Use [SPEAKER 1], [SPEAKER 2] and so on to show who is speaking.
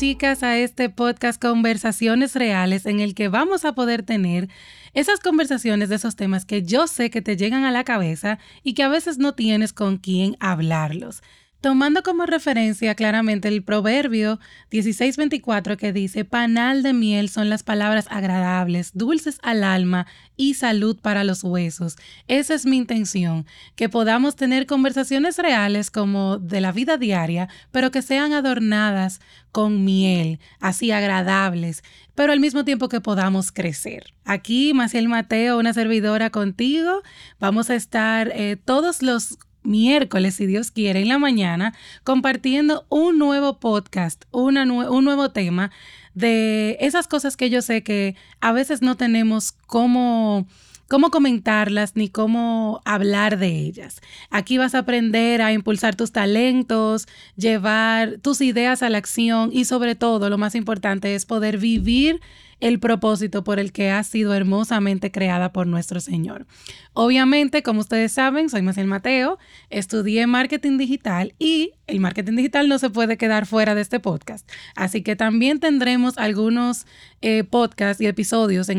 [SPEAKER 1] chicas, a este podcast Conversaciones Reales, en el que vamos a poder tener esas conversaciones de esos temas que yo sé que te llegan a la cabeza y que a veces no tienes con quién hablarlos. Tomando como referencia claramente el proverbio 16:24 que dice: panal de miel son las palabras agradables, dulces al alma y salud para los huesos. Esa es mi intención, que podamos tener conversaciones reales como de la vida diaria, pero que sean adornadas con miel, así agradables, pero al mismo tiempo que podamos crecer. Aquí, Maciel Mateo, una servidora contigo, vamos a estar todos los miércoles, si Dios quiere, en la mañana, compartiendo un nuevo podcast, un nuevo tema de esas cosas que yo sé que a veces no tenemos cómo comentarlas ni cómo hablar de ellas. Aquí vas a aprender a impulsar tus talentos, llevar tus ideas a la acción y sobre todo, lo más importante es poder vivir el propósito por el que has sido hermosamente creada por nuestro Señor. Obviamente, como ustedes saben, soy Maciel Mateo, estudié marketing digital y el marketing digital no se puede quedar fuera de este podcast. Así que también tendremos algunos podcasts y episodios en